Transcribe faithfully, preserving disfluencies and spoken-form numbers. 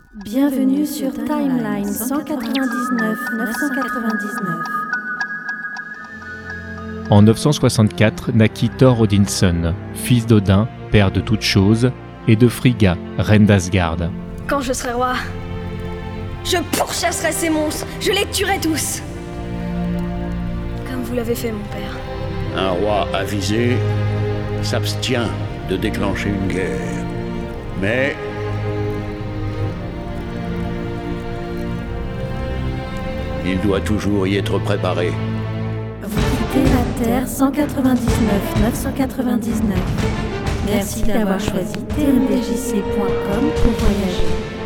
Bienvenue sur Timeline cent quatre-vingt-dix-neuf neuf cent quatre-vingt-dix-neuf. En neuf cent soixante-quatre naquit Thor Odinson, fils d'Odin, père de toutes choses, et de Frigga, reine d'Asgard. Quand je serai roi, je pourchasserai ces monstres, je les tuerai tous. Comme vous l'avez fait, mon père. Un roi avisé s'abstient de déclencher une guerre. Mais il doit toujours y être préparé. Vous quittez la Terre cent quatre-vingt-dix-neuf neuf cent quatre-vingt-dix-neuf. Merci d'avoir choisi T M D J C point com pour voyager.